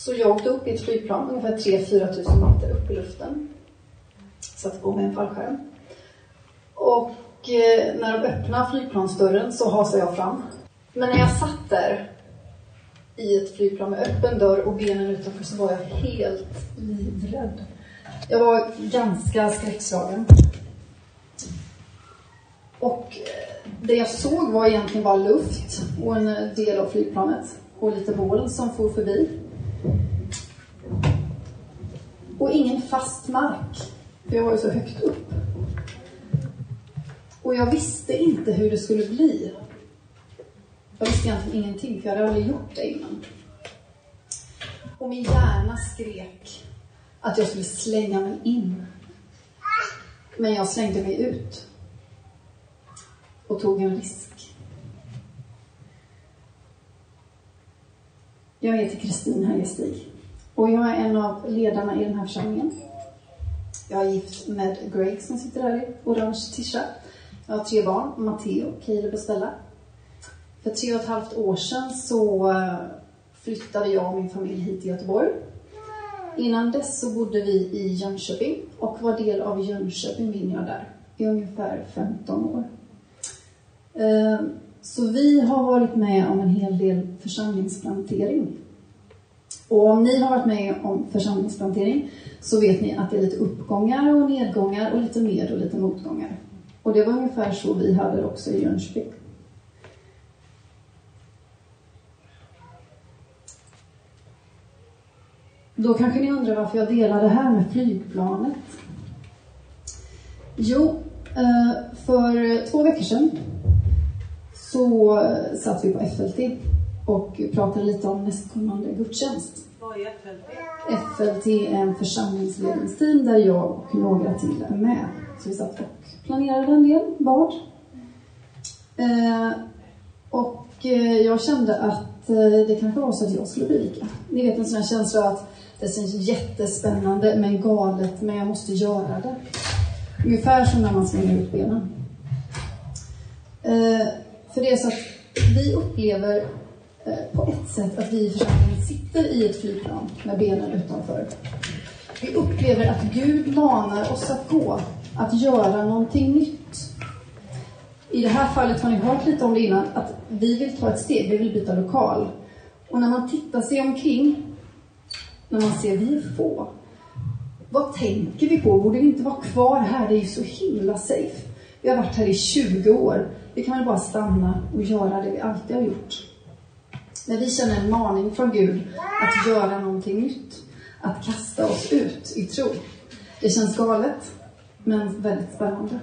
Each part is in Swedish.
Så jag åkte upp i ett flygplan ungefär 3-4 tusen meter upp i luften. Satte på mig en fallskärm. Och när de öppnade flygplansdörren så hasade jag fram. Men när jag satt där i ett flygplan med öppen dörr och benen utanför så var jag helt livrädd. Jag var ganska skräckslagen. Och det jag såg var egentligen bara luft och en del av flygplanet och lite moln som for förbi. Och ingen fast mark, för jag var ju så högt upp. Och jag visste inte hur det skulle bli. Jag visste egentligen ingenting, för jag hade aldrig gjort det innan. Och min hjärna skrek att jag skulle slänga mig in. Men jag slängde mig ut. Och tog en risk. Jag heter Kristin Härjestig. Och jag är en av ledarna i den här församlingen. Jag är gift med Greg som sitter här i orange tisha. Jag har 3 barn, Matteo, Caleb och Stella. För 3,5 år sedan så flyttade jag och min familj hit till Göteborg. Innan dess så bodde vi i Jönköping och var del av Jönköping Vineyard där i ungefär 15 år. Så vi har varit med om en hel del församlingsplantering. Och om ni har varit med om församlingsplantering så vet ni att det är lite uppgångar och nedgångar och lite med och lite motgångar. Och det var ungefär så vi hade det också i Jönköping. Då kanske ni undrar varför jag delar det här med flygplanet. Jo, för 2 veckor sedan så satt vi på FLT och pratade lite om nästkommande gudstjänst. Vad är FLT? FLT är en församlingsledningsteam där jag och några till är med. Så vi satt och planerade en del, bad. Och jag kände att det kanske var så att jag skulle predika. Ni vet en sån här känsla att det känns jättespännande men galet, men jag måste göra det. Ungefär som när man slänger ut benen. För det är så att vi upplever på ett sätt att vi i församlingen sitter i ett flygplan med benen utanför. Vi upplever att Gud manar oss att gå, att göra någonting nytt. I det här fallet har ni hört lite om det innan, att vi vill ta ett steg, vi vill byta lokal. Och när man tittar sig omkring, när man ser vi är få, vad tänker vi på? Borde vi inte vara kvar här? Det är ju så himla safe. Vi har varit här i 20 år. Vi kan väl bara stanna och göra det vi alltid har gjort. Men vi känner en maning från Gud att göra någonting nytt. Att kasta oss ut i tro. Det känns galet, men väldigt spännande.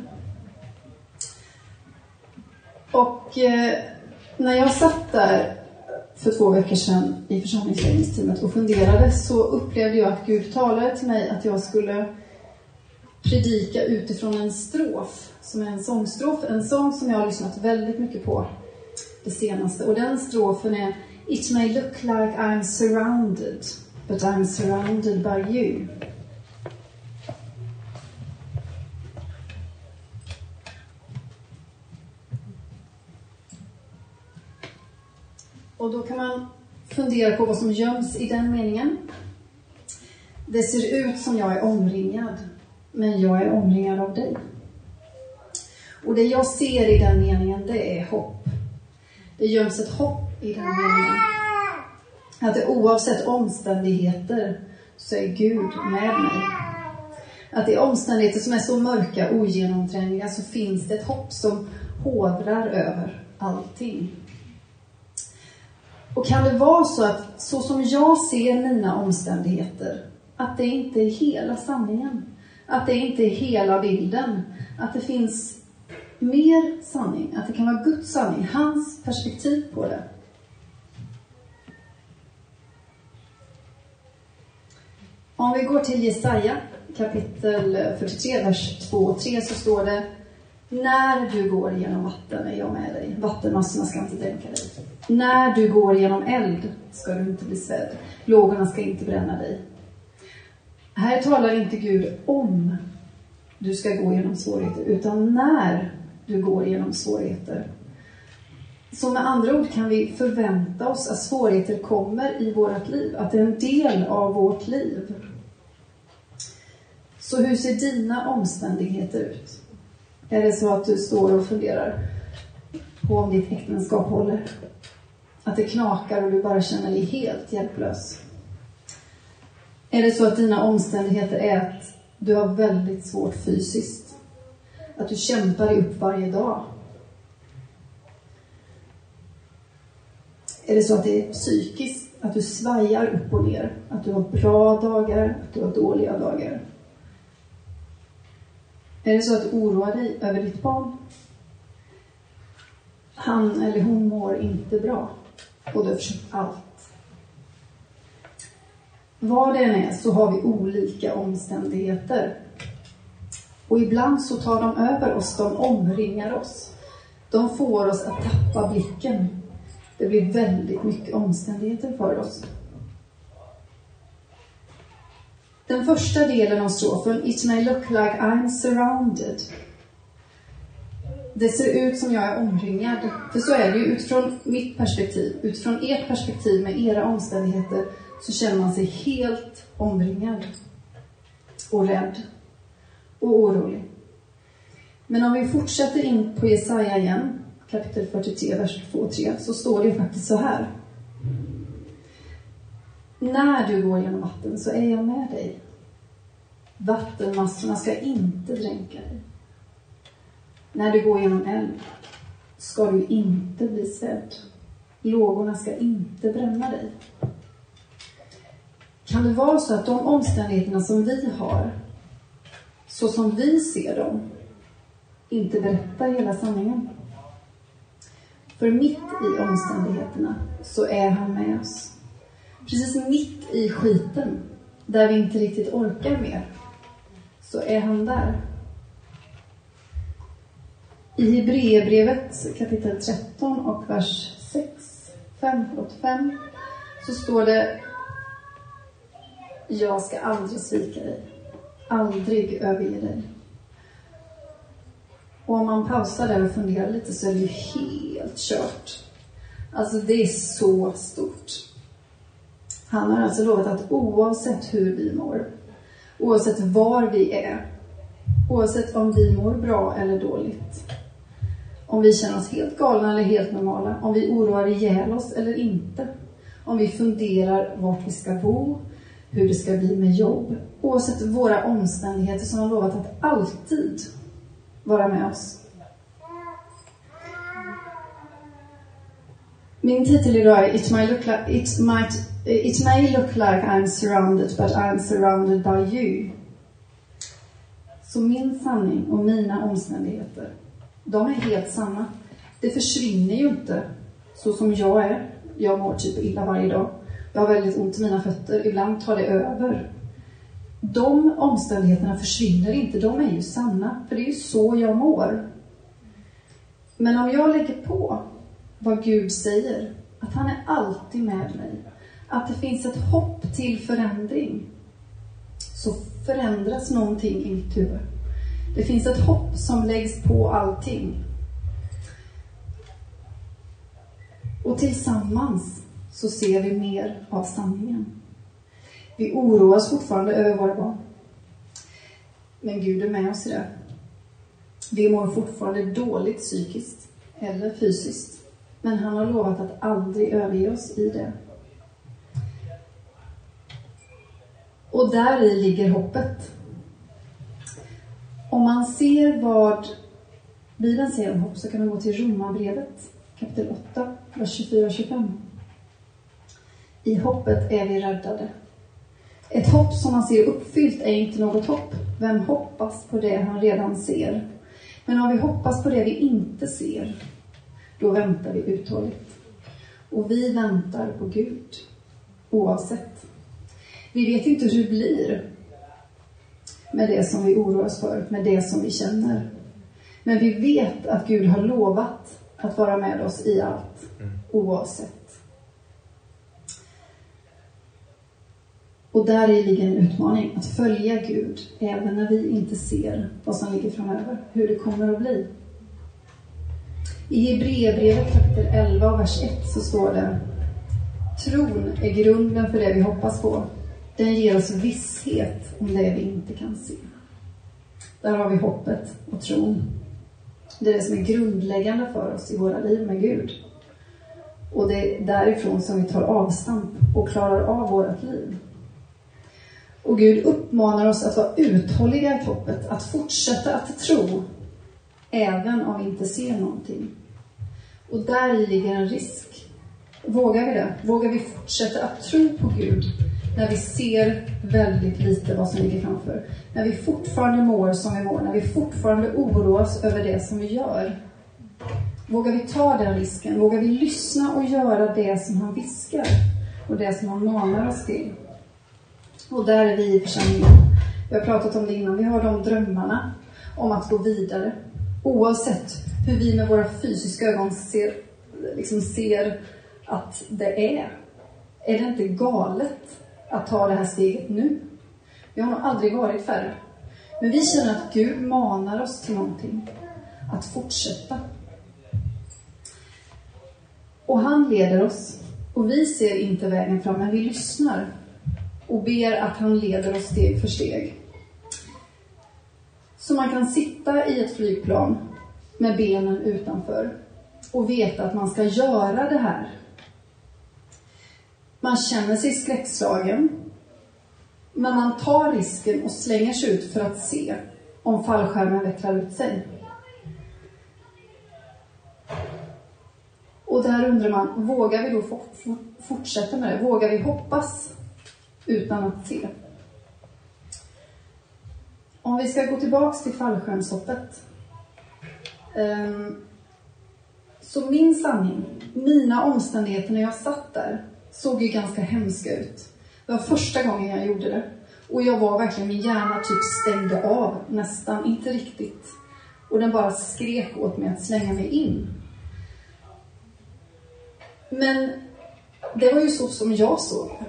Och när jag satt där för 2 veckor sedan i församlingsledningsteamet och funderade, så upplevde jag att Gud talade till mig att jag skulle predika utifrån en strof som är en sångstrof, en sång som jag har lyssnat väldigt mycket på det senaste. Och den strofen är: It may look like I'm surrounded, but I'm surrounded by you. Och då kan man fundera på vad som göms i den meningen. Det ser ut som jag är omringad, men jag är omringad av dig. Och det jag ser i den meningen, det är hopp. Det göms ett hopp i den meningen. Att det oavsett omständigheter så är Gud med mig. Att i omständigheter som är så mörka, ogenomträngliga, så finns det ett hopp som hovrar över allting. Och kan det vara så att så som jag ser mina omständigheter, att det inte är hela sanningen, att det inte är hela bilden, att det finns mer sanning, att det kan vara Guds sanning, hans perspektiv på det. Om vi går till Jesaja kapitel 43, vers 2 och 3, så står det: När du går genom vatten är jag med dig. Vattenmassorna ska inte dränka dig. När du går genom eld ska du inte bli svedd. Lågorna ska inte bränna dig. Här talar inte Gud om du ska gå genom svårigheter, utan när du går genom svårigheter. Så med andra ord kan vi förvänta oss att svårigheter kommer i vårt liv. Att det är en del av vårt liv. Så hur ser dina omständigheter ut? Är det så att du står och funderar på om ditt äktenskap håller? Att det knakar och du bara känner dig helt hjälplös? Är det så att dina omständigheter är att du har väldigt svårt fysiskt? Att du kämpar dig upp varje dag? Är det så att det är psykiskt? Att du svajar upp och ner? Att du har bra dagar? Att du har dåliga dagar? Är det så att du oroar dig över ditt barn? Han eller hon mår inte bra. Och du har försökt allt. Vad det än är så har vi olika omständigheter. Och ibland så tar de över oss, de omringar oss. De får oss att tappa blicken. Det blir väldigt mycket omständigheter för oss. Den första delen av strofen, It may look like I'm surrounded. Det ser ut som jag är omringad. För så är det ju utifrån mitt perspektiv. Utifrån ert perspektiv med era omständigheter så känner man sig helt omringad. Och rädd. Och orolig. Men om vi fortsätter in på Jesaja igen, kapitel 43, vers 2-3, så står det faktiskt så här. När du går genom vatten så är jag med dig. Vattenmassorna ska inte dränka dig. När du går genom eld ska du inte bli svälld. Lågorna ska inte bränna dig. Kan det vara så att de omständigheterna som vi har, så som vi ser dem, inte berättar hela sanningen? För mitt i omständigheterna så är han med oss. Precis mitt i skiten, där vi inte riktigt orkar mer, så är han där. I Hebreerbrevet kapitel 13 och vers 5 så står det: jag ska aldrig svika dig, aldrig överge dig. Och om man pausar där och funderar lite så är det ju helt kört. Alltså det är så stort. Han har alltså lovat att oavsett hur vi mår, oavsett var vi är, oavsett om vi mår bra eller dåligt, om vi känner oss helt galna eller helt normala, om vi oroar ihjäl oss eller inte, om vi funderar vart vi ska bo, hur det ska bli med jobb, oavsett våra omständigheter, som har lovat att alltid vara med oss. Min titel idag är It may look like I'm surrounded, but I'm surrounded by you. Så min sanning och mina omständigheter, de är helt samma. Det försvinner ju inte så som jag är. Jag mår typ illa varje dag. Jag har väldigt ont i mina fötter. Ibland tar det över. De omständigheterna försvinner inte. De är ju sanna. För det är ju så jag mår. Men om jag lägger på vad Gud säger, att han är alltid med mig, att det finns ett hopp till förändring, så förändras någonting i mitt huvud. Det finns ett hopp som läggs på allting. Och tillsammans så ser vi mer av sanningen. Vi oroas fortfarande över våra barn. Men Gud är med oss i det. Vi mår fortfarande dåligt psykiskt eller fysiskt. Men han har lovat att aldrig överge oss i det. Och där i ligger hoppet. Om man ser vad Bibeln säger om hopp, så kan man gå till Romarbrevet kapitel 8, vers 24-25. I hoppet är vi räddade. Ett hopp som man ser uppfyllt är inte något hopp. Vem hoppas på det han redan ser? Men om vi hoppas på det vi inte ser, då väntar vi uthålligt. Och vi väntar på Gud, oavsett. Vi vet inte hur det blir med det som vi oroar oss för, med det som vi känner. Men vi vet att Gud har lovat att vara med oss i allt, oavsett. Och där ligger en utmaning, att följa Gud även när vi inte ser vad som ligger framöver, hur det kommer att bli. I Hebreerbrevet kapitel 11 och vers 1 så står det: tron är grunden för det vi hoppas på. Den ger oss visshet om det vi inte kan se. Där har vi hoppet och tron. Det är det som är grundläggande för oss i våra liv med Gud. Och det är därifrån som vi tar avstamp och klarar av vårt liv. Och Gud uppmanar oss att vara uthålliga i hoppet, att fortsätta att tro, även om vi inte ser någonting. Och där ligger en risk. Vågar vi det? Vågar vi fortsätta att tro på Gud när vi ser väldigt lite vad som ligger framför? När vi fortfarande mår som vi mår, när vi fortfarande oroas över det som vi gör. Vågar vi ta den risken? Vågar vi lyssna och göra det som han viskar och det som han manar oss till? Och där är vi i församlingen. Vi har pratat om det innan. Vi har de drömmarna om att gå vidare. Oavsett hur vi med våra fysiska ögon ser att det är. Är det inte galet att ta det här steget nu? Vi har nog aldrig varit färre. Men vi känner att Gud manar oss till någonting. Att fortsätta. Och han leder oss. Och vi ser inte vägen fram, men vi lyssnar. Och ber att han leder oss steg för steg. Så man kan sitta i ett flygplan med benen utanför. Och veta att man ska göra det här. Man känner sig skräckslagen. Men man tar risken och slänger sig ut för att se om fallskärmen vecklar ut sig. Och där undrar man, vågar vi då fortsätta med det? Vågar vi hoppas utan att se? Om vi ska gå tillbaka till fallskärmshoppet. Så min sanning, mina omständigheter när jag satt där såg ju ganska hemska ut. Det var första gången jag gjorde det. Och jag var verkligen, min hjärna typ stängde av nästan, inte riktigt. Och den bara skrek åt mig att slänga mig in. Men det var ju så som jag såg det.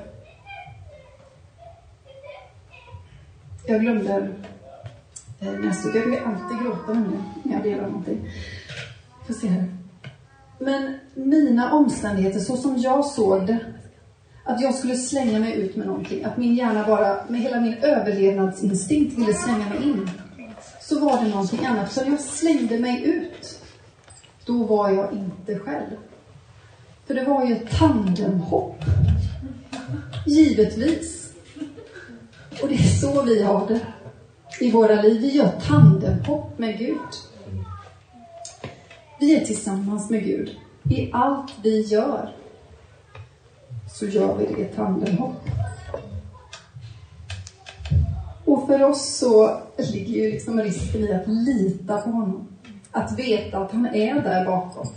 Jag glömde nästa. Jag vill alltid gråta när jag delar någonting. Får se här. Men mina omständigheter, så som jag såg det, att jag skulle slänga mig ut med någonting, att min hjärna bara med hela min överlevnadsinstinkt ville slänga mig in, så var det någonting annat. Så när jag slängde mig ut, då var jag inte själv. För det var ju ett tandemhopp. Givetvis. Och det är så vi har det i våra liv. Vi gör tandemhopp med Gud. Vi är tillsammans med Gud. I allt vi gör så gör vi det i tandemhopp. Och för oss så ligger ju liksom risken i att lita på honom. Att veta att han är där bakom.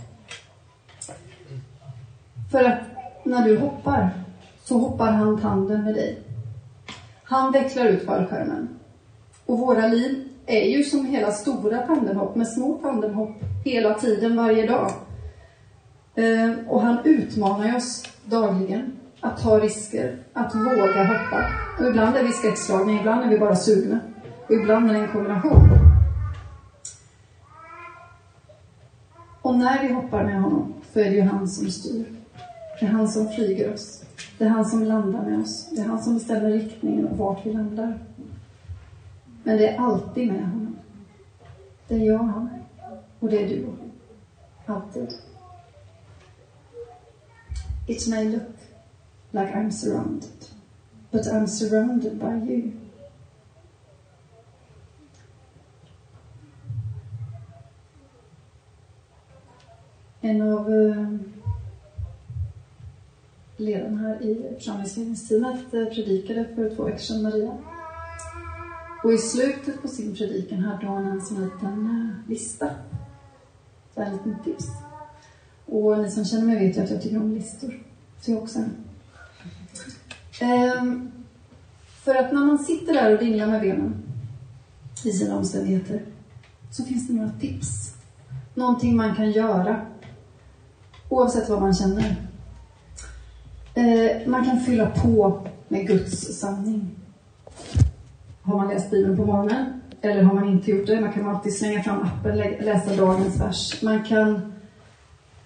För att när du hoppar så hoppar han tanden med dig. Han vecklar ut fallskärmen. Och våra liv är ju som hela stora tandemhopp med små tandemhopp hela tiden, varje dag. Och han utmanar oss dagligen att ta risker, att våga hoppa. Och ibland är vi skräckslagna, ibland är vi bara sugna. Och ibland är det en kombination. Och när vi hoppar med honom så är det ju han som styr. Det är han som flyger oss. Det är han som landar med oss. Det är han som bestämmer riktningen och vart vi landar. Men det är alltid med honom. Det är jag och han. Och det är du och han. Alltid. It may look like I'm surrounded. But I'm surrounded by you. En av ledarna här i församlingsledningsteamet predikade för 2 veckor sedan, Maria. Och i slutet på sin predikan hade hon en sån liten lista. Så en liten tips. Och ni som känner mig vet ju att jag tycker om listor. Så jag också för att när man sitter där och dinglar med benen i sina omständigheter, så finns det några tips. Någonting man kan göra. Oavsett vad man känner. Man kan fylla på med Guds sanning. Har man läst Bibeln på morgonen? Eller har man inte gjort det? Man kan alltid slänga fram appen, läsa dagens vers. Man kan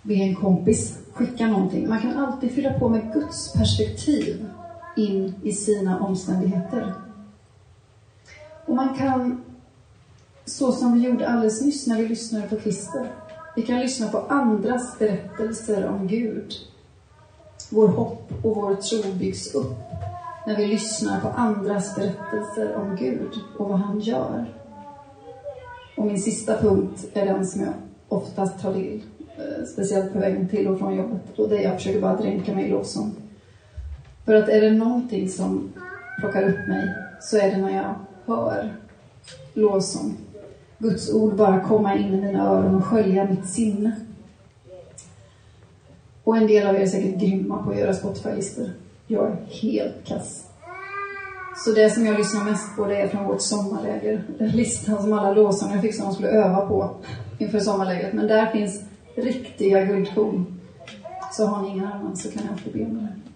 be en kompis, skicka någonting. Man kan alltid fylla på med Guds perspektiv in i sina omständigheter. Och man kan, så som vi gjorde alldeles nyss när vi lyssnade på Christer, vi kan lyssna på andras berättelser om Gud. Vår hopp och vår tro byggs upp när vi lyssnar på andras berättelser om Gud och vad han gör. Och min sista punkt är den som jag oftast tar till, speciellt på vägen till och från jobbet. Och det jag försöker bara dränka mig i lovsång. För att är det någonting som plockar upp mig, så är det när jag hör lovsång. Guds ord bara komma in i mina öron och skölja mitt sinne. Och en del av er är säkert grymma på att göra Spotify-listor. Jag är helt kass. Så det som jag lyssnar mest på, det är från vårt sommarläger. Den listan som alla lovsångare fick som de skulle öva på inför sommarlägret. Men där finns riktiga guldkorn. Så har ni ingen annan så kan jag alltid be med det.